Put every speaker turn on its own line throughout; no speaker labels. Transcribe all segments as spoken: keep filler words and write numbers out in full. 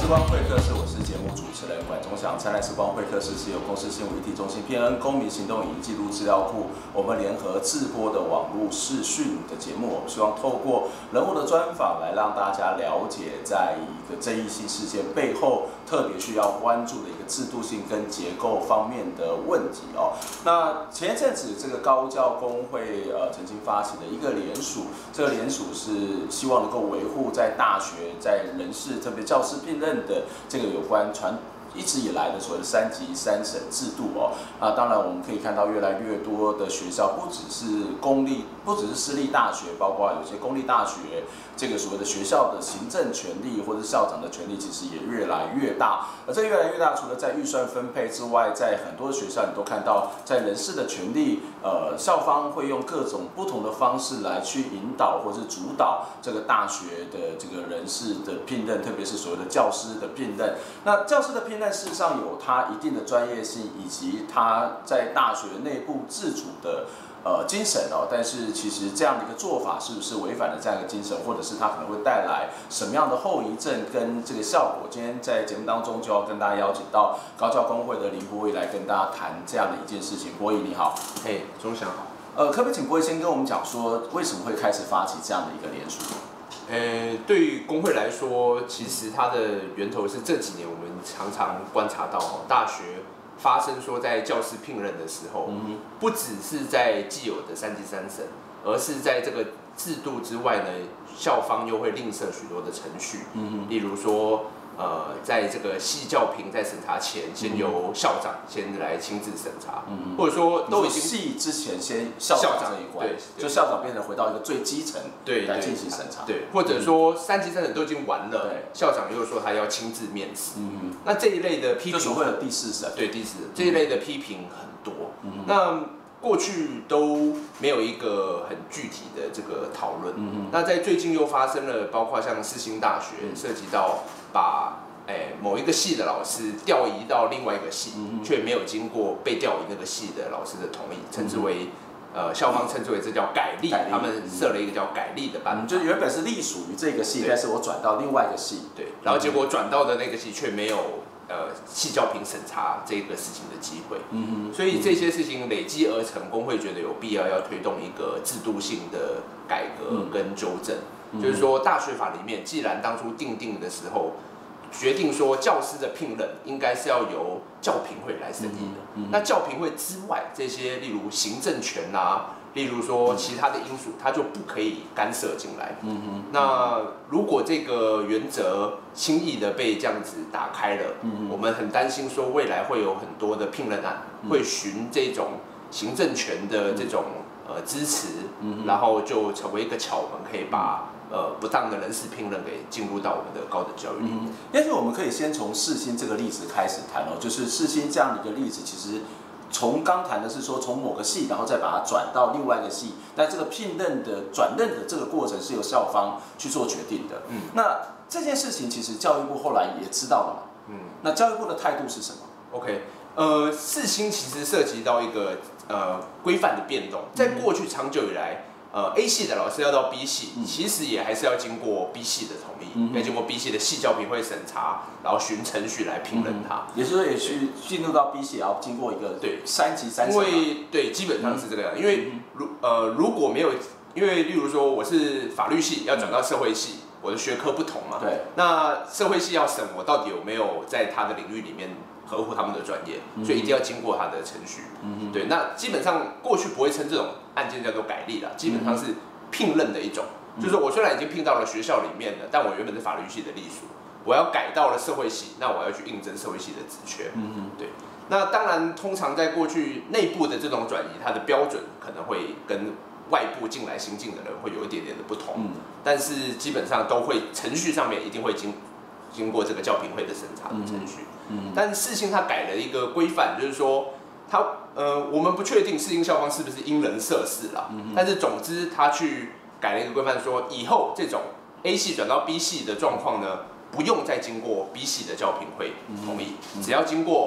时光会客室，我是节目主持人管中祥。灿烂时光会客室是由公司新闻媒体中心 P N N 公民行动影记录资料库，我们联合制播的网络视讯的节目。我们希望透过人物的专访来让大家了解，在一个争议性事件背后特别需要关注的一个制度性跟结构方面的问题哦。那前一阵子这个高教工会呃曾经发起的一个联署，这个联署是希望能够维护在大学在人事特别教师聘任的这个有关传一直以来的所谓的三级三审制度哦。啊，当然我们可以看到越来越多的学校，不只是公立，不只是私立大学，包括有些公立大学，这个所谓的学校的行政权力或者校长的权力，其实也越来越大。而这越来越大，除了在预算分配之外，在很多学校你都看到，在人事的权力，呃，校方会用各种不同的方式来去引导或是主导这个大学的这个人事的聘任，特别是所谓的教师的聘任。那教师的聘任事实上有它一定的专业性，以及它在大学内部自主的呃精神哦。但是其实这样的一个做法是不是违反了这样一个精神，或者是它可能会带来什么样的后遗症跟这个效果？今天在节目当中就要跟大家邀请到高教工会的林博义来跟大家谈这样的一件事情。博义你好。
嘿，钟祥好。
呃，可不可以请博义先跟我们讲说，为什么会开始发起这样的一个联署？
呃，对于工会来说，其实它的源头是这几年我们常常观察到，大学发生说在教师聘任的时候，嗯、不只是在既有的三级三审，而是在这个制度之外呢，校方又会另设许多的程序，嗯、例如说。呃，在这个系教评在审查前，先由校长先来亲自审查，嗯、或者说都已经
系之前先校长这一关，就校长变成回到一个最基层
对
来进行审查，
对，或者说三级三审都已经完了，校长又说他要亲自面试，嗯、那这一类的批评
就是会有第四审，
对第四审这一类的批评很多，嗯、那过去都没有一个很具体的这个讨论，嗯、那在最近又发生了，包括像世新大学涉及到。把诶某一个系的老师调移到另外一个系，却、嗯、没有经过被调移那个系的老师的同意，称之为呃校方称之为这叫改例，他们设了一个叫改例的办法，
嗯、就原本是隶属于这个系，但是我转到另外一个系，
对，然后结果转到的那个系却没有呃系教评审查这个事情的机会，嗯、所以这些事情累积而成，工会觉得有必要要推动一个制度性的改革跟纠正。嗯、就是说，大学法里面，既然当初定定的时候决定说教师的聘任应该是要由教评会来审议的，嗯嗯、那教评会之外，这些例如行政权啊，例如说其他的因素，它就不可以干涉进来。嗯嗯、那如果这个原则轻易的被这样子打开了，嗯、我们很担心说未来会有很多的聘任案、嗯、会循这种行政权的这种呃支持，嗯、然后就成为一个巧门，可以把。呃，不当的人事聘任给进入到我们的高等教育里面。
也许我们可以先从世新这个例子开始谈哦，就是世新这样的一个例子，其实从刚谈的是说从某个系，然后再把它转到另外一个系，但这个聘任的转任的这个过程是由校方去做决定的。嗯，那这件事情其实教育部后来也知道了嘛。嗯，那教育部的态度是什么
？OK， 呃，世新其实涉及到一个呃规范的变动，在过去长久以来。呃 ，A 系的老师要到 B 系，嗯、其实也还是要经过 B 系的同意，嗯、要经过 B 系的系教评会审查，然后循程序来聘任他。
也就是说，也去进入到 B 系，也要经过一个对三级三审。
因为对，基本上是这个样。因为如呃如果没有，因为例如说我是法律系要转到社会系，我的学科不同嘛。
对。
那社会系要审我到底有没有在他的领域里面。合乎他们的专业，所以一定要经过他的程序。嗯、对，那基本上过去不会称这种案件叫做改例啦，基本上是聘任的一种。嗯、就是我虽然已经聘到了学校里面了，但我原本是法律系的隶属，我要改到了社会系，那我要去应征社会系的职缺。嗯、对，那当然，通常在过去内部的这种转移，它的标准可能会跟外部进来新进的人会有一点点的不同，嗯、但是基本上都会程序上面一定会经。经过这个教评会的审查的程序，嗯嗯、但是世新他改了一个规范，就是说他呃，我们不确定世新校方是不是因人设事啦，嗯、但是总之他去改了一个规范，说以后这种 A 系转到 B 系的状况呢，不用再经过 B 系的教评会同意，嗯、只要经过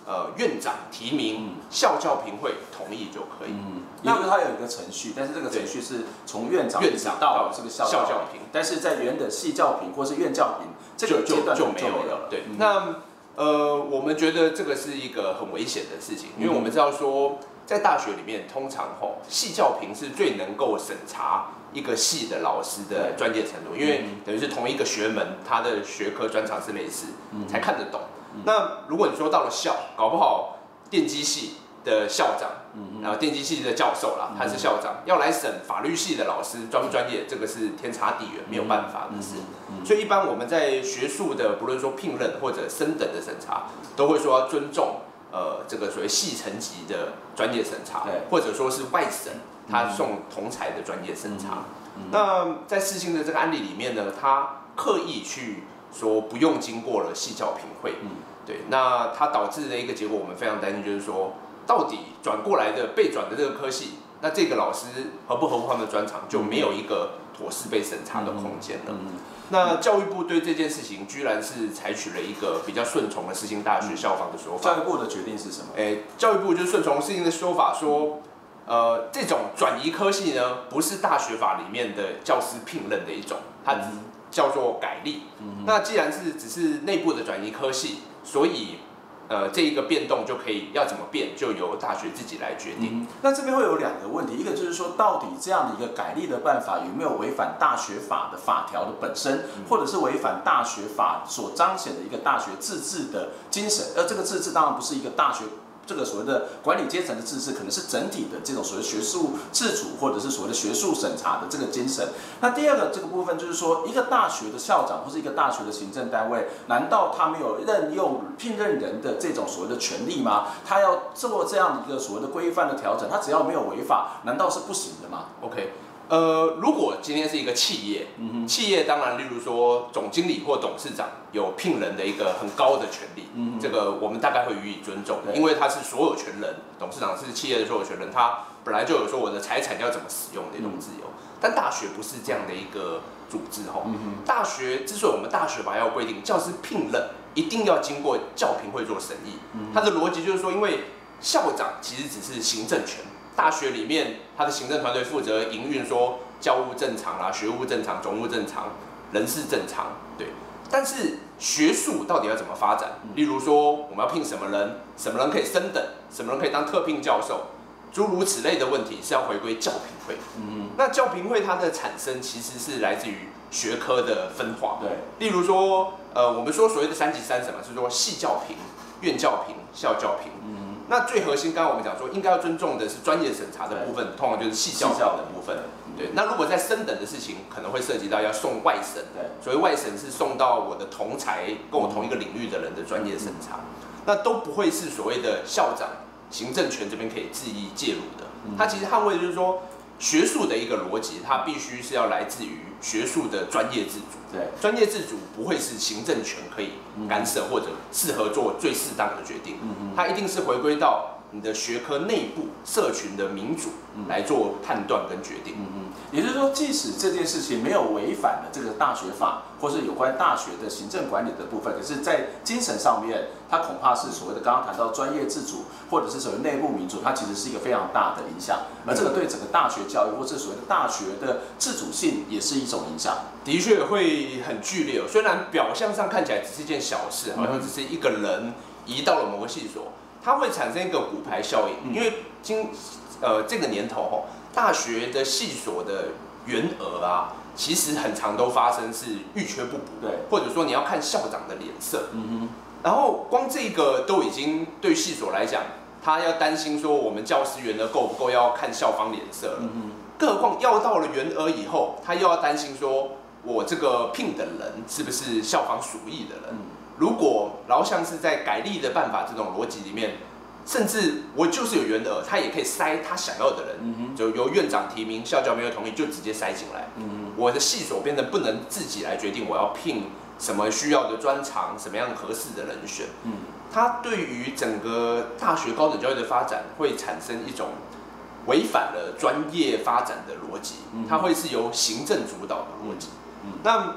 呃院长提名，嗯、校教评会同意就可以。
嗯，那它有一个程序，但是这个程序是从院长院长到这个校教评，但是在原的系教评或是院教评这个阶段
就没有了。对，嗯、那呃，我们觉得这个是一个很危险的事情，因为我们知道说，在大学里面，通常吼系教评是最能够审查一个系的老师的专业程度，因为等于是同一个学门，他的学科专长是类似，才看得懂。那如果你说到了校，搞不好电机系的校长，然后电机系的教授啦，他是校长，要来审法律系的老师专不专业，这个是天差地远，没有办法的事。所以一般我们在学术的，不论说聘任或者升等的审查，都会说要尊重呃这个所谓系层级的专业审查，或者说是外省他送同才的专业审查。那在世新的这个案例里面呢，他刻意去说不用经过了系教评会，对，那它导致的一个结果，我们非常担心，就是说到底转过来的被转的这个科系，那这个老师合不合乎他们的专长，就没有一个妥适被审查的空间了。嗯嗯嗯、那教育部对这件事情，居然是采取了一个比较顺从的世新大学校方的说法。
教育部的决定是什么？
哎、欸，教育部就是顺从世新的说法说。呃，这种转移科系呢，不是大学法里面的教师聘任的一种，它叫做改例。嗯、那既然是只是内部的转移科系，所以呃这一个变动就可以要怎么变，就由大学自己来决定。
嗯、那这边会有两个问题，一个就是说，到底这样的一个改例的办法有没有违反大学法的法条的本身，嗯、或者是违反大学法所彰显的一个大学自治的精神？而这个自治当然不是一个大学。这个所谓的管理阶层的自治，可能是整体的这种所谓学术自主，或者是所谓的学术审查的这个精神。那第二个这个部分就是说，一个大学的校长或是一个大学的行政单位，难道他没有任用聘任人的这种所谓的权利吗？他要做这样一个所谓的规范的调整，他只要没有违法，难道是不行的吗
？OK。呃，如果今天是一个企业，嗯、企业当然，例如说总经理或董事长有聘人的一个很高的权利，嗯、这个我们大概会予以尊重，因为他是所有权人，董事长是企业的所有权人，他本来就有说我的财产要怎么使用的一种自由。嗯、但大学不是这样的一个组织吼，嗯、大学之所以我们大学法要规定教师聘任一定要经过教评会做审议，嗯、它的逻辑就是说，因为校长其实只是行政权。大学里面，他的行政团队负责营运，说教务正常啦、学务正常、总务正常、人事正常，对。但是学术到底要怎么发展？例如说，我们要聘什么人，什么人可以升等，什么人可以当特聘教授，诸如此类的问题是要回归教评会。嗯，那教评会它的产生其实是来自于学科的分化。对，例如说，呃，我们说所谓的三级三审嘛，是说系教评、院教评、校教评。嗯。那最核心，刚刚我们讲说，应该要尊重的是专业审查的部分，通常就是系教的部分。对，那如果在升等的事情，可能会涉及到要送外审。对，所谓外审是送到我的同才跟我同一个领域的人的专业审查，那都不会是所谓的校长行政权这边可以恣意介入的。它其实捍卫的就是说，学术的一个逻辑，它必须是要来自于学术的专业自主。对，专业自主不会是行政权可以干涉或者适合做最适当的决定，它一定是回归到你的学科内部社群的民主来做判断跟决定。
嗯嗯，也就是说，即使这件事情没有违反了这个大学法，或是有关大学的行政管理的部分，可是，在精神上面，它恐怕是所谓的刚刚谈到专业自主，或者是所谓内部民主，它其实是一个非常大的影响。而这个对整个大学教育，或是所谓的大学的自主性，也是一种影响。
的确会很剧烈，虽然表象上看起来只是一件小事，好像只是一个人移到了某个系所，它会产生一个骨牌效应。因为今呃这个年头吼，大学的系所的员额啊，其实很常都发生是欲缺不补，对，或者说你要看校长的脸色。嗯哼，然后光这个都已经对系所来讲，他要担心说我们教师员额够不够，要看校方脸色了。嗯，更何况要到了员额以后，他又要担心说，我这个聘的人是不是校方属意的人？嗯、如果然后像是在改例的办法这种逻辑里面，甚至我就是有员额，他也可以塞他想要的人，嗯、就由院长提名，校教没有同意就直接塞进来。嗯、我的系所变得不能自己来决定我要聘什么需要的专长，什么样合适的人选。嗯，它对于整个大学高等教育的发展会产生一种违反了专业发展的逻辑，它会是由行政主导的逻辑。嗯、那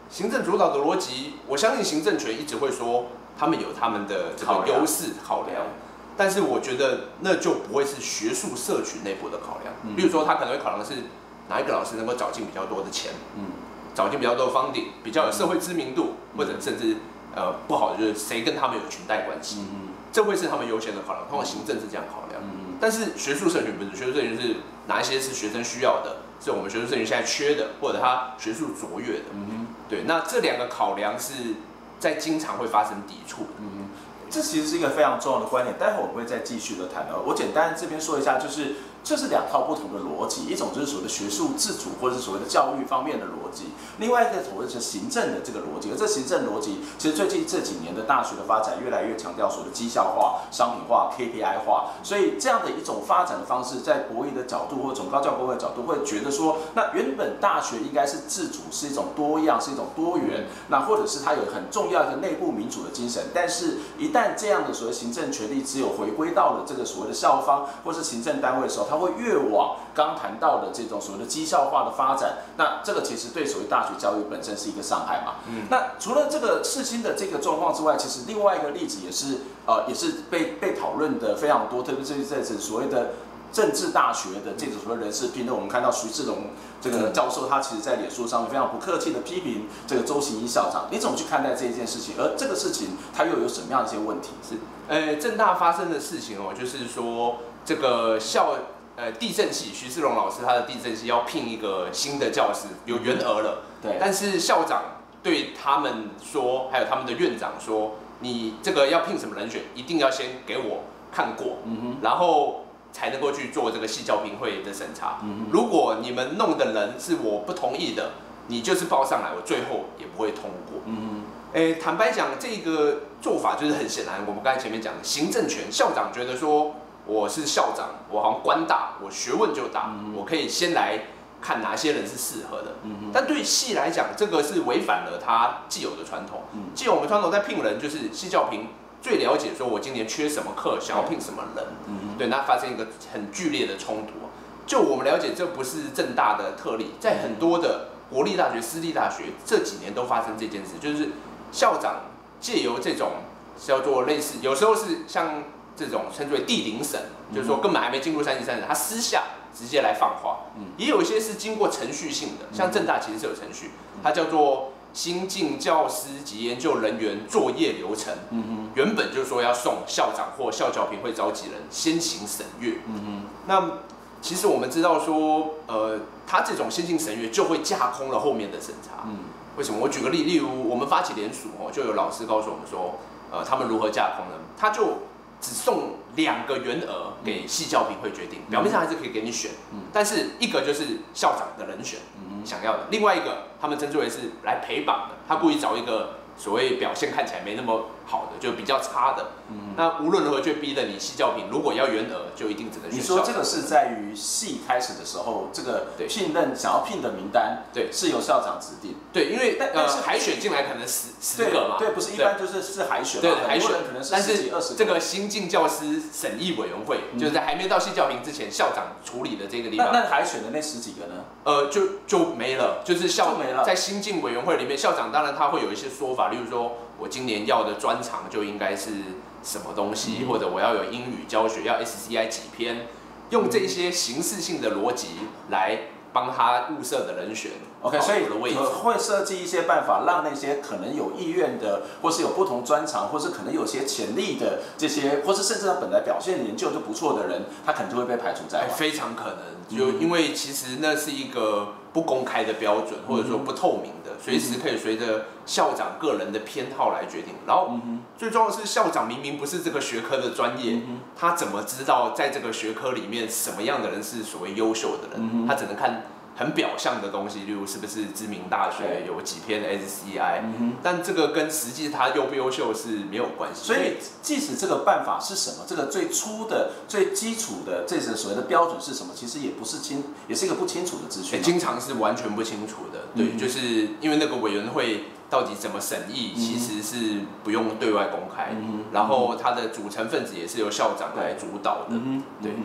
行政主导的逻辑，我相信行政权一直会说他们有他们的这个优势考量，但是我觉得那就不会是学术社群内部的考量。嗯、比如说，他可能会考量的是哪一个老师能够找进比较多的钱，嗯，找进比较多的funding，比较有社会知名度，嗯、或者甚至呃不好的就是谁跟他们有裙带关系，嗯、这会是他们优先的考量。通常行政是这样考量，嗯、但是学术社群不是，学术社群是哪一些是学生需要的，是我们学术社群现在缺的，或者他学术卓越的，嗯、对，那这两个考量是在经常会发生抵触的。嗯，
这其实是一个非常重要的观点，待会我们会再继续的谈到。我简单这边说一下，就是这是两套不同的逻辑，一种就是所谓的学术自主或者是所谓的教育方面的逻辑，另外一个所谓的是行政的这个逻辑。而这行政逻辑，其实最近这几年的大学的发展越来越强调所谓的绩效化、商品化、K P I 化，所以这样的一种发展的方式，在博弈的角度或总高教工会的角度，会觉得说，那原本大学应该是自主，是一种多样，是一种多元，那或者是它有很重要的内部民主的精神。但是，一旦这样的所谓行政权力只有回归到了这个所谓的校方或是行政单位的时候，它会越往刚谈到的这种所谓的绩效化的发展。那这个其实对所谓大学教育本身是一个伤害嘛。嗯、那除了这个世新的这个状况之外，其实另外一个例子也是呃也是被被讨论的非常多，特别是这次所谓的政治大学的这种所谓人事评论，我们看到徐志荣这个教授，他其实在脸书上面非常不客气的批评这个周行一校长。你怎么去看待这一件事情？而这个事情它又有什么样的一些问题？
是，呃，政大发生的事情哦，就是说这个校呃地政系徐志荣老师他的地政系要聘一个新的教师，有员额了，对，但是校长对他们说，还有他们的院长说，你这个要聘什么人选，一定要先给我看过，嗯哼，然后才能够去做这个系教评会的审查。嗯、如果你们弄的人是我不同意的，你就是报上来，我最后也不会通过。嗯，诶，坦白讲，这个做法就是很显然，我们刚才前面讲的行政权，校长觉得说我是校长，我好像官大，我学问就大，嗯、我可以先来看哪些人是适合的。嗯、但对系来讲，这个是违反了他既有的传统。嗯、既有我们传统在聘人，就是系教评最了解说我今年缺什么课，想要聘什么人，嗯、对，那发生一个很剧烈的冲突。就我们了解，这不是政大的特例，在很多的国立大学、私立大学这几年都发生这件事，就是校长借由这种叫做类似，有时候是像这种称之为地灵审，嗯、就是说根本还没进入三级三审，他私下直接来放话。嗯、也有一些是经过程序性的，像政大其实是有程序，它叫做新进教师及研究人员作业流程，嗯、原本就是说要送校长或校教评会召集人先行审阅。嗯、那其实我们知道说，呃，他这种先行审阅就会架空了后面的审查。嗯、为什么？我举个例，例如我们发起联署哦，就有老师告诉我们说，呃，他们如何架空呢？他就只送两个员额给系教评会决定，表面上还是可以给你选，嗯、但是一个就是校长的人选，嗯、想要的，另外一个他们称之为是来陪绑的，他故意找一个所谓表现看起来没那么好的，就比较差的，嗯、那无论如何就逼得你系教评，如果要员额，就一定只能选校长。
你说这个是在于系开始的时候，这个聘任想要聘的名单，对，是由校长指定，
对，因为但是海选进来可能十十个嘛，
对，不是一般就是是海选，
对，海选
可能是
但是
十几二十。
这个新进教师审议委员会，嗯、就是在还没到系教评之前，校长处理的这个地方。
那那海选的那十几个呢？
呃，就就没了，就是校
没了。
在新进委员会里面，校长当然他会有一些说法，例如说我今年要的专长就应该是什么东西，嗯、或者我要有英语教学，要 S C I 几篇，用这些形式性的逻辑来帮他物色的人选。
OK， 所以会设计一些办法，让那些可能有意愿的，或是有不同专长，或是可能有些潜力的这些，或是甚至他本来表现研究就不错的人，他可能就会被排除在外。
非常可能，就因为其实那是一个不公开的标准，或者说不透明的，随时可以随着校长个人的偏好来决定。然后最重要的是，校长明明不是这个学科的专业，他怎么知道在这个学科里面什么样的人是所谓优秀的人？他只能看很表象的东西，例如是不是知名大学有几篇 S C I，嗯、但这个跟实际他优不优秀是没有关系。
所以，即使这个办法是什么，这个最初的、最基础的这种所谓的标准是什么，其实也不是清，也是一个不清楚的资讯。
经常是完全不清楚的，对，嗯、就是因为那个委员会到底怎么审议，其实是不用对外公开，嗯、然后它的组成分子也是由校长来主导的，嗯、对。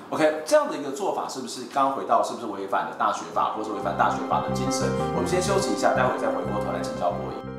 OK， 这样的一个做法是不是刚刚回到是不是违反了大学法，或是违反大学法的精神？我们先休息一下，待会再回过头来请教博弈。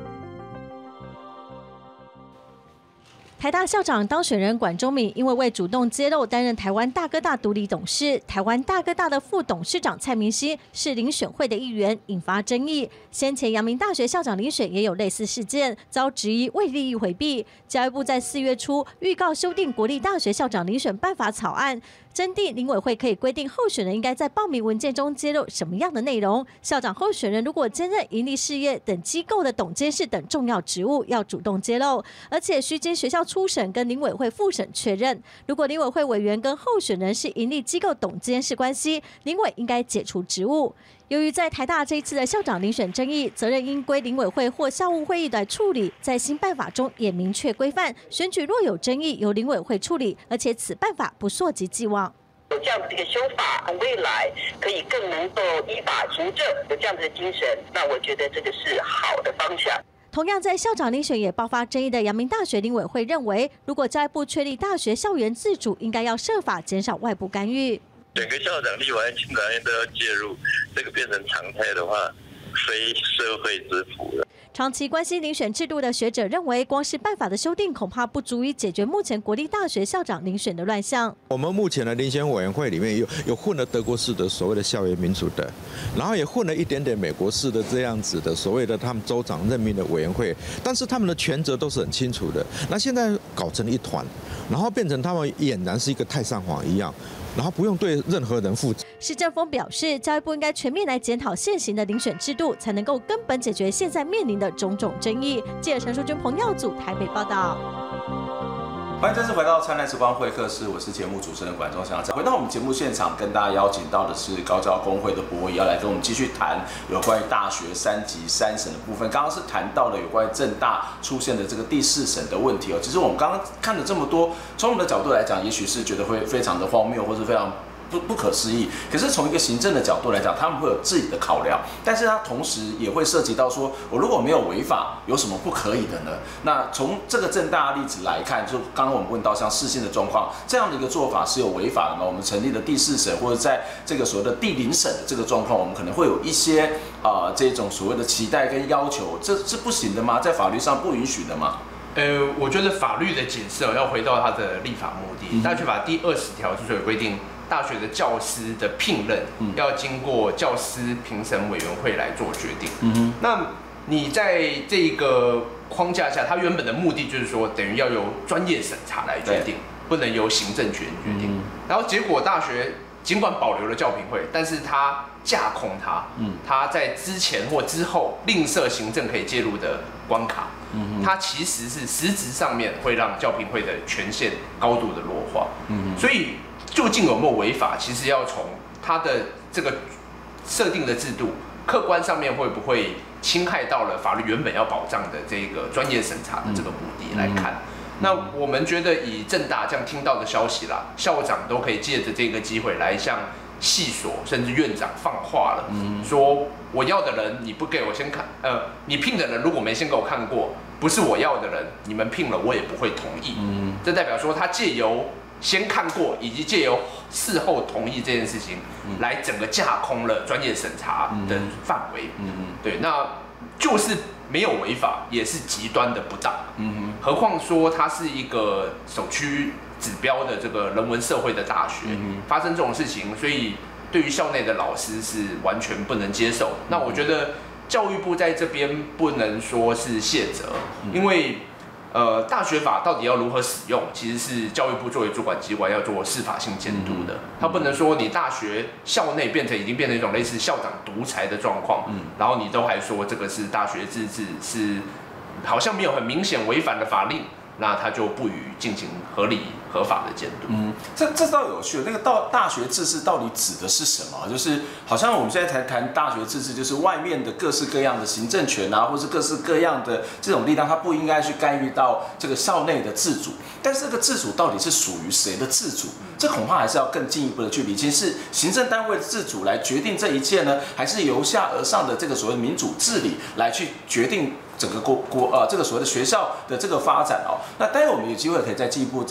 台大校长当选人管中闵因为未主动揭露担任台湾大哥大独立董事，台湾大哥大的副董事长蔡明熙是遴选会的一员，引发争议。先前阳明大学校长遴选也有类似事件，遭质疑为利益回避。教育部在四月初预告修订国立大学校长遴选办法草案，征地遴委会可以规定候选人应该在报名文件中揭露什么样的内容。校长候选人如果兼任营利事业等机构的董监事等重要职务，要主动揭露，而且需经学校初审跟遴委会复审确认。如果遴委会委员跟候选人是营利机构董监事关系，遴委应该解除职务。由于在台大这一次的校长遴选争议，责任应归遴委会或校务会议来处理。在新办法中也明确规范，选举若有争议由遴委会处理，而且此办法不溯及既往。
有这样的一个修法，未来可以更能够依法行政，有这样子的精神，那我觉得这个是好的方向。
同样在校长遴选也爆发争议的阳明大学遴委会认为，如果教育部确立大学校园自主，应该要设法减少外部干预。
整个校长、立法院、监察院都要介入，这个变成常态的话，非社会之福了。
长期关心遴选制度的学者认为，光是办法的修订恐怕不足以解决目前国立大学校长遴选的乱象。
我们目前的遴选委员会里面有有混了德国式的所谓的校园民主的，然后也混了一点点美国式的这样子的所谓的他们州长任命的委员会，但是他们的权责都是很清楚的。那现在搞成一团，然后变成他们俨然是一个太上皇一样。然后不用对任何人负责。
施正丰表示，教育部应该全面来检讨现行的遴选制度，才能够根本解决现在面临的种种争议。记者陈淑君、彭耀祖台北报道。
欢迎再次回到灿烂时光会客室，我是节目主持人管中祥。回到我们节目现场，跟大家邀请到的是高教工会的博弈，要来跟我们继续谈有关于大学三级三审的部分。刚刚是谈到了有关于政大出现的这个第四审的问题哦。其实我们刚刚看了这么多，从我们的角度来讲，也许是觉得会非常的荒谬，或是非常不不可思议。可是从一个行政的角度来讲，他们会有自己的考量，但是它同时也会涉及到说，我如果没有违法，有什么不可以的呢？那从这个政大的例子来看，就刚刚我们问到像世新的状况，这样的一个做法是有违法的吗？我们成立的第四审或者在这个所谓的第零审的这个状况，我们可能会有一些啊、呃、这种所谓的期待跟要求，这是不行的吗？在法律上不允许的吗？
呃，我觉得法律的解释要回到它的立法目的。嗯、大学法第二十条就是有规定，大学的教师的聘任要经过教师评审委员会来做决定。嗯哼，那你在这个框架下，它原本的目的就是说，等于要由专业审查来决定，不能由行政权决定。嗯、然后结果大学尽管保留了教评会，但是它架空它，嗯，它在之前或之后吝啬行政可以介入的关卡。嗯、它其实是实质上面会让教评会的权限高度的弱化。嗯、所以究竟有没有违法，其实要从它的这个设定的制度，客观上面会不会侵害到了法律原本要保障的这个专业审查的这个目的来看。嗯、那我们觉得以政大这样听到的消息啦，校长都可以借着这个机会来向系所甚至院长放话了，嗯、说我要的人你不给我先看，呃，你聘的人如果没先给我看过，不是我要的人，你们聘了我也不会同意。嗯、这代表说他借由先看过以及借由事后同意这件事情，嗯、来整个架空了专业审查的范围。嗯、对，那就是没有违法，也是极端的不当。嗯、何况说它是一个首屈指标的这个人文社会的大学，嗯、发生这种事情，所以对于校内的老师是完全不能接受。那我觉得教育部在这边不能说是卸责，嗯、因为呃大学法到底要如何使用，其实是教育部作为主管机关要做司法性监督的。他、嗯、不能说你大学校内变成已经变成一种类似校长独裁的状况，嗯、然后你都还说这个是大学自治，是好像没有很明显违反的法令。那他就不予进行合理合法的监督。嗯，
这这倒有趣。那个到大学自治到底指的是什么？就是好像我们现在谈谈大学自治，就是外面的各式各样的行政权啊，或是各式各样的这种力量，它不应该去干预到这个校内的自主。但是这个自主到底是属于谁的自主？这恐怕还是要更进一步的去理清，是行政单位的自主来决定这一切呢，还是由下而上的这个所谓民主治理来去决定整个国国呃这个所谓的学校的这个发展哦？那待会我们有机会可以再进一步再针对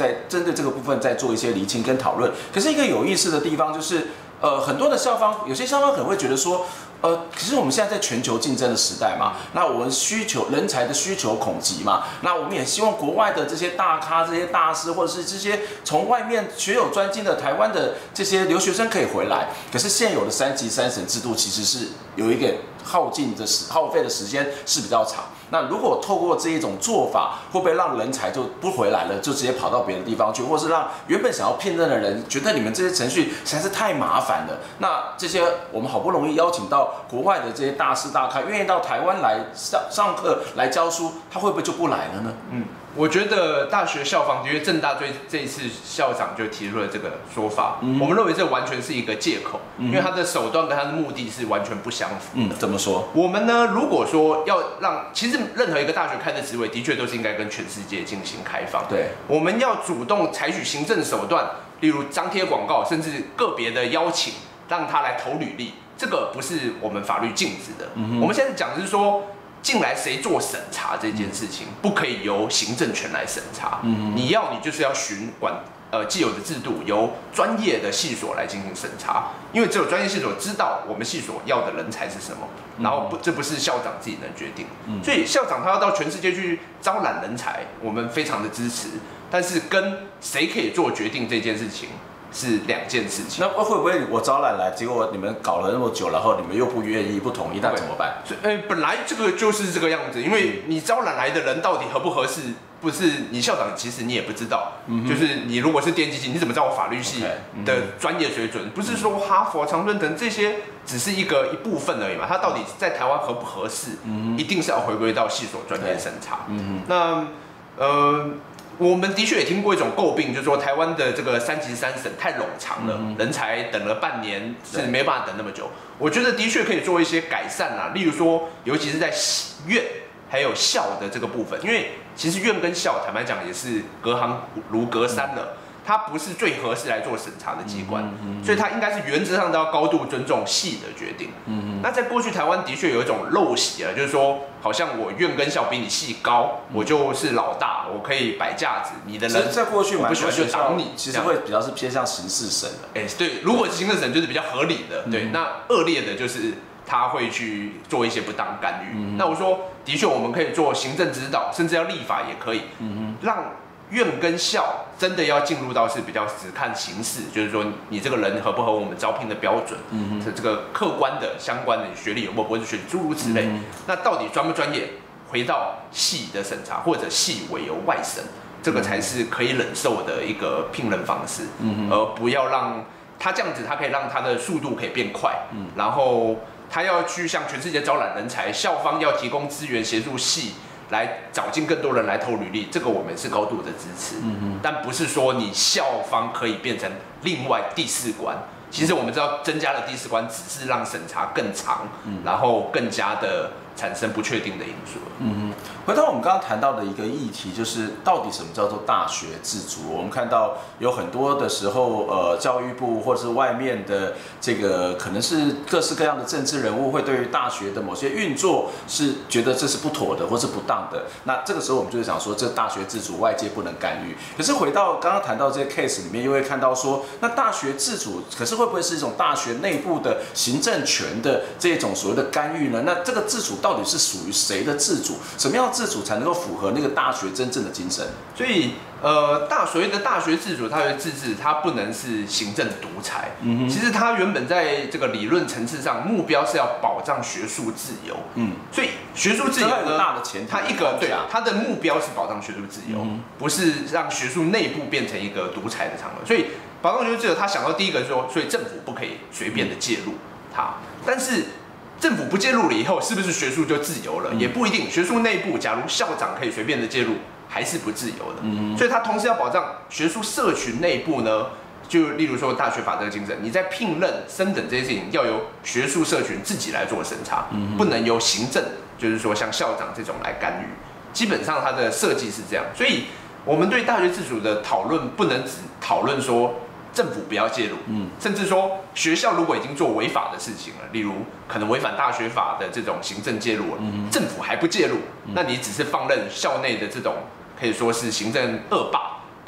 对这个部分再做一些厘清跟讨论。可是一个有意思的地方就是，呃，很多的校方，有些校方可能会觉得说，呃，可是我们现在在全球竞争的时代嘛，那我们需求人才的需求恐急嘛，那我们也希望国外的这些大咖、这些大师，或者是这些从外面学有专精的台湾的这些留学生可以回来。可是现有的三级三审制度其实是有一个耗尽的时耗费的时间是比较长。那如果透过这一种做法，会不会让人才就不回来了，就直接跑到别的地方去，或是让原本想要聘任的人觉得你们这些程序实在是太麻烦了？那这些我们好不容易邀请到国外的这些大师大咖，愿意到台湾来上上课来教书，他会不会就不来了呢？
嗯。我觉得大学校方，因为政大对这一次校长就提出了这个说法，嗯、我们认为这完全是一个借口，嗯、因为他的手段跟他的目的是完全不相符的。
嗯，怎么说？
我们呢，如果说要让，其实任何一个大学开的职位，的确都是应该跟全世界进行开放。
对，我
们要主动采取行政手段，例如张贴广告，甚至个别的邀请，让他来投履历，这个不是我们法律禁止的。嗯、我们现在讲的是说，进来谁做审查这件事情，不可以由行政权来审查。嗯、你要你就是要循管呃既有的制度，由专业的系所来进行审查，因为只有专业系所知道我们系所要的人才是什么，然后不这不是校长自己能决定。嗯、所以校长他要到全世界去招揽人才，我们非常的支持，但是跟谁可以做决定这件事情是两件事情。
那会不会我招揽来，结果你们搞了那么久，然后你们又不愿意、不同意，那怎么办？
所以，呃，本来这个就是这个样子，因为你招揽来的人到底合不合适，不是你校长，其实你也不知道。嗯、就是你如果是电机系，你怎么知道我法律系的专业水准？ Okay, 不是说哈佛、常春藤这些只是一个一部分而已嘛？它到底在台湾合不合适，嗯、一定是要回归到系所专业审查。嗯、那呃。我们的确也听过一种诟病，就是说台湾的这个三级三审太冗长了，嗯、人才等了半年是没办法等那么久。我觉得的确可以做一些改善啦，例如说，尤其是在院还有校的这个部分，因为其实院跟校坦白讲也是隔行如隔山了。它不是最合适来做审查的机关，嗯嗯嗯、所以它应该是原则上都要高度尊重系的决定。嗯嗯、那在过去台湾的确有一种陋习啊，就是说好像我院跟校比你系高，嗯、我就是老大，我可以摆架子。你的人
在过去
我不喜欢就挡你，
其实会比较是偏向刑事审的。
哎、欸，对，如果是刑事审就是比较合理的，嗯、对。那恶劣的就是他会去做一些不当干预。嗯、那我说的确我们可以做行政指导，甚至要立法也可以，嗯、让院跟校真的要进入到是比较只看形式，就是说你这个人合不合我们招聘的标准，嗯、这个客观的相关的学历有没有，或者学历诸如此类。嗯、那到底专不专业，回到系的审查或者系委由外审，这个才是可以忍受的一个聘任方式，嗯、而不要让他这样子，他可以让他的速度可以变快，嗯、然后他要去向全世界招揽人才，校方要提供资源协助系来找进更多人来投履历，这个我们是高度的支持，嗯、但不是说你校方可以变成另外第四关。其实我们知道增加了第四关，只是让审查更长，嗯、然后更加的产生不确定的因素。
嗯，回到我们刚刚谈到的一个议题，就是到底什么叫做大学自主？我们看到有很多的时候，呃，教育部或者是外面的这个可能是各式各样的政治人物，会对于大学的某些运作是觉得这是不妥的，或是不当的。那这个时候我们就是想说，这大学自主，外界不能干预。可是回到刚刚谈到这些 case 里面，又会看到说，那大学自主，可是会不会是一种大学内部的行政权的这种所谓的干预呢？那这个自主到底是属于谁的自主？什么样的自主才能够符合那个大学真正的精神？
所以，呃，大所谓的大学自主、大学自治，它不能是行政独裁。嗯、其实它原本在这个理论层次上，目标是要保障学术自由。嗯，所以学术自由呢，
大的前提，
它一个对啊，它的目标是保障学术自由，嗯、不是让学术内部变成一个独裁的场合。所以，保障学术自由，他想到第一个是说，所以政府不可以随便的介入它，但是。政府不介入了以后，是不是学术就自由了？嗯、也不一定。学术内部，假如校长可以随便的介入，还是不自由的。嗯、所以他同时要保障学术社群内部呢，就例如说大学法这个精神，你在聘任、升等这些事情，要由学术社群自己来做审查，嗯、不能由行政，就是说像校长这种来干预。基本上它的设计是这样，所以我们对大学自主的讨论，不能只讨论说。政府不要介入，嗯，甚至说学校如果已经做违法的事情了，例如可能违反大学法的这种行政介入了，嗯、政府还不介入，嗯、那你只是放任校内的这种可以说是行政恶霸，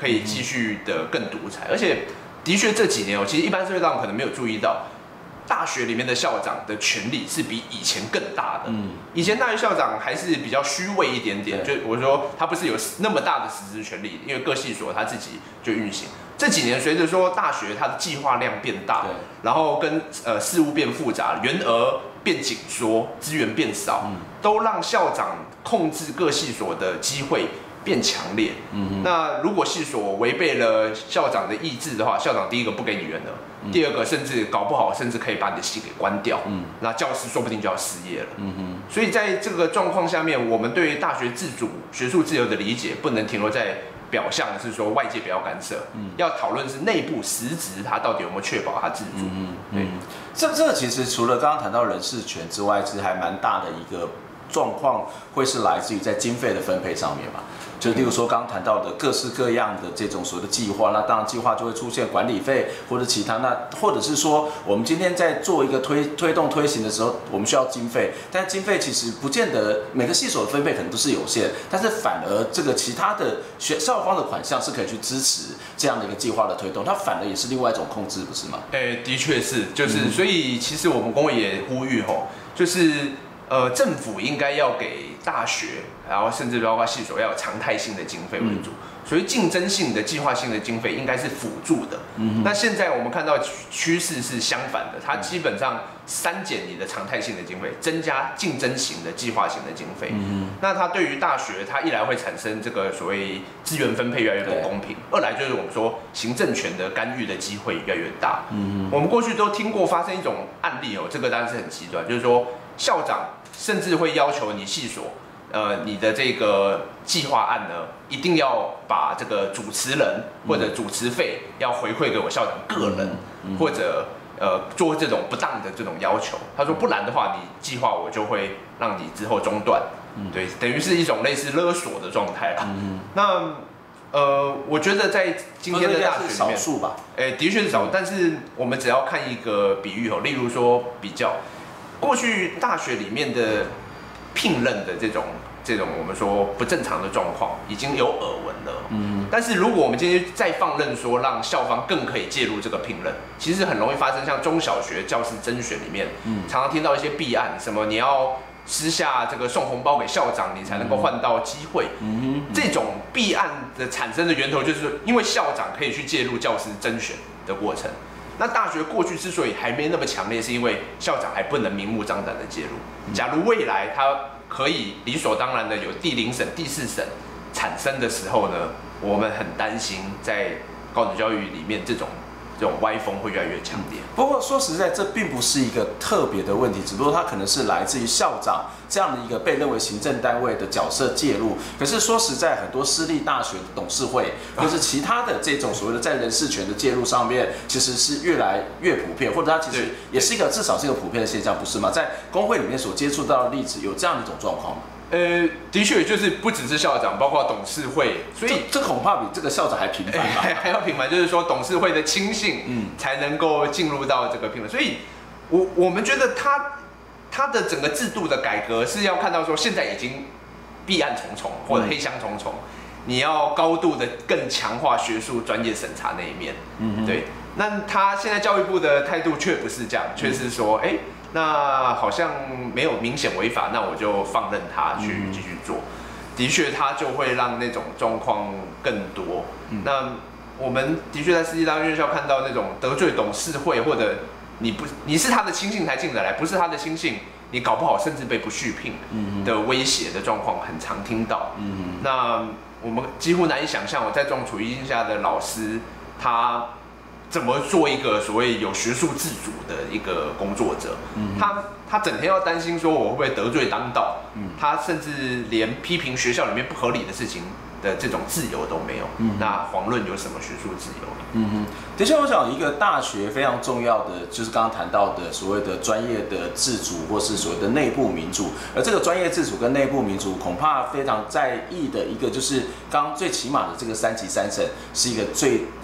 可以继续的更独裁。而且的确这几年哦，其实一般社会大众可能没有注意到。大学里面的校长的权力是比以前更大的。嗯，以前大学校长还是比较虚位一点点，就我说他不是有那么大的实质权力，因为各系所他自己就运行。这几年随着说大学它的计划量变大，然后跟呃事务变复杂，员额变紧缩，资源变少，嗯、都让校长控制各系所的机会变强烈。嗯，那如果系所违背了校长的意志的话，校长第一个不给你员额。第二个，甚至搞不好，甚至可以把你的系给关掉。嗯，那教师说不定就要失业了。嗯哼。所以在这个状况下面，我们对于大学自主、学术自由的理解，不能停留在表象，是说外界不要干涉。嗯。要讨论是内部实质，它到底有没有确保它自主。嗯嗯。对。
这这个其实除了刚刚谈到人事权之外，其实还蛮大的一个状况，会是来自于在经费的分配上面嘛。就例如说刚刚谈到的各式各样的这种所谓的计划，那当然计划就会出现管理费或者其他，那或者是说我们今天在做一个推推动推行的时候，我们需要经费，但经费其实不见得每个系所的分配可能都是有限，但是反而这个其他的学校方的款项是可以去支持这样的一个计划的推动，它反而也是另外一种控制，不是吗？
哎、欸，的确是，就是、嗯、所以其实我们工会也呼吁吼，就是呃政府应该要给大学。然后甚至包括系所要有常态性的经费为主，所以竞争性的、计划性的经费应该是辅助的。嗯、那现在我们看到趋势是相反的，它基本上删减你的常态性的经费，增加竞争型的、计划型的经费。嗯、那它对于大学，它一来会产生这个所谓资源分配越来越不公平，二来就是我们说行政权的干预的机会越来越大。嗯、我们过去都听过发生一种案例哦，这个当然是很极端，就是说校长甚至会要求你系所。呃，你的这个计划案呢，一定要把这个主持人或者主持费要回馈给我校长个人，嗯、或者呃做这种不当的这种要求。他说不然的话，你计划我就会让你之后中断。嗯、对，等于是一种类似勒索的状态啦。嗯、那呃，我觉得在今天的大学里面，
少数吧，
哎，的确是少数。但是我们只要看一个比喻哦，例如说比较过去大学里面的。聘任的这种这种我们说不正常的状况已经有耳闻了，嗯，但是如果我们今天再放任说让校方更可以介入这个聘任，其实很容易发生像中小学教师甄选里面，嗯，常常听到一些弊案，什么你要私下这个送红包给校长，你才能够换到机会，嗯，这种弊案的产生的源头就是因为校长可以去介入教师甄选的过程。那大学过去之所以还没那么强烈，是因为校长还不能明目张胆的介入。假如未来他可以理所当然的有第零审、第四审产生的时候呢，我们很担心在高等教育里面这种这种歪风会越来越强烈。
不过说实在，这并不是一个特别的问题，只不过它可能是来自于校长这样的一个被认为行政单位的角色介入。可是说实在，很多私立大学的董事会或是其他的这种所谓的在人事权的介入上面，其实是越来越普遍，或者它其实也是一个至少是一个普遍的现象，不是吗？在工会里面所接触到的例子，有这样的一种状况吗？
呃，的确就是不只是校长，包括董事会，所以
这, 这恐怕比这个校长还频繁吧？
还要频繁，就是说董事会的亲信，嗯，才能够进入到这个评论。所以我，我我们觉得他他的整个制度的改革是要看到说，现在已经弊案重重或者黑箱重重，嗯、你要高度的更强化学术专业审查那一面，嗯，对。那他现在教育部的态度却不是这样，却是说，哎、欸。那好像没有明显违法，那我就放任他去继续做。的确，他就会让那种状况更多。嗯、那我们的确在私立大学院校看到那种得罪董事会，或者你不你是他的亲信才进得来，不是他的亲信，你搞不好甚至被不续聘的威胁的状况很常听到。嗯、那我们几乎难以想象，我在这种处境下的老师，他怎么做一个所谓有学术自主的一个工作者？嗯、他他整天要担心说我会不会得罪当道，嗯、他甚至连批评学校里面不合理的事情的这种自由都没有。嗯、那遑论有什么学术自由？
嗯哼，的确，我想一个大学非常重要的就是刚刚谈到的所谓的专业的自主，或是所谓的内部民主。而这个专业自主跟内部民主，恐怕非常在意的一个就是刚刚最起码的这个三级三审是一个最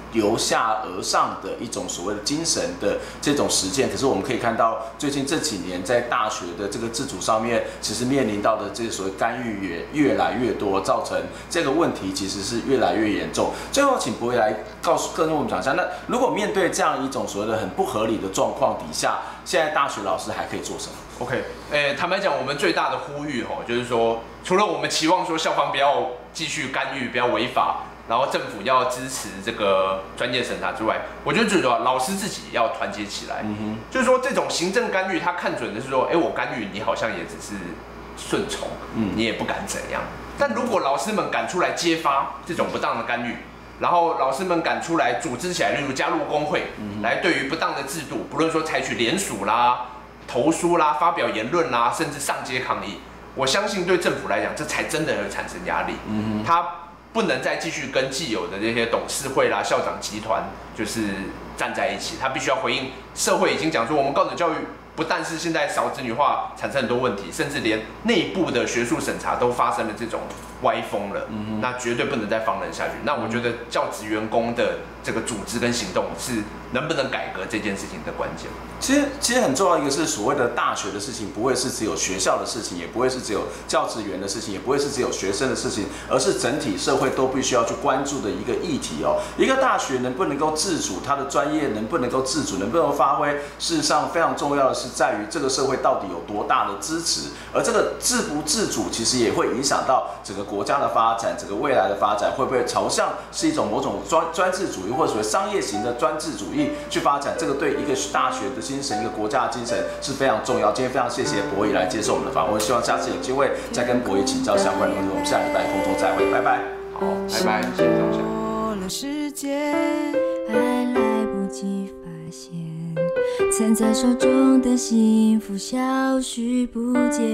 由下而上的一种所谓的精神的这种实践。可是我们可以看到，最近这几年在大学的这个自主上面，其实面临到的这个所谓干预也越来越多，造成这个问题其实是越来越严重。最后，请博伟来告诉跟我们讲一下，那如果面对这样一种所谓的很不合理的状况底下，现在大学老师还可以做什么
？OK， 诶、欸，坦白讲，我们最大的呼吁哦，就是说，除了我们期望说校方不要继续干预，不要违法。然后政府要支持这个专业审查之外，我觉得最主要老师自己要团结起来。嗯哼，就是说这种行政干预，他看准的是说，哎，我干预你好像也只是顺从，嗯，你也不敢怎样。但如果老师们敢出来揭发这种不当的干预，然后老师们敢出来组织起来，例如加入工会，嗯、来对于不当的制度，不论说采取联署啦、投书啦、发表言论啦，甚至上街抗议，我相信对政府来讲，这才真的会产生压力。嗯哼，他。不能再继续跟既有的这些董事会啦、校长集团就是站在一起，他必须要回应社会已经讲说，我们高等教育不但是现在少子女化产生很多问题，甚至连内部的学术审查都发生了这种歪风了，嗯、那绝对不能再放任下去。那我觉得教职员工的这个组织跟行动是能不能改革这件事情的关键。
其实，其实很重要一个是所谓的大学的事情，不会是只有学校的事情，也不会是只有教职员的事情，也不会是只有学生的事情，而是整体社会都必须要去关注的一个议题哦。一个大学能不能够自主，它的专业能不能够自主，能不能发挥，事实上非常重要的是在于这个社会到底有多大的支持，而这个自不自主，其实也会影响到整个国家的发展，整个未来的发展会不会朝向是一种某种专专制主义，或者所谓商业型的专制主义去发展？这个对一个大学的精神，一个国家的精神是非常重要。今天非常谢谢博弈来接受我们的访问，希望下次有机会再跟博弈请教相关的问题。我们下礼拜空中再会，拜拜。
好，拜拜，谢谢张翔。
过了时间，还来不及发现，攥在手中的幸福消失不见，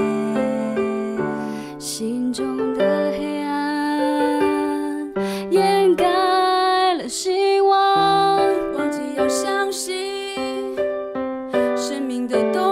心中的黑暗掩盖了希望，忘记要相信生命的动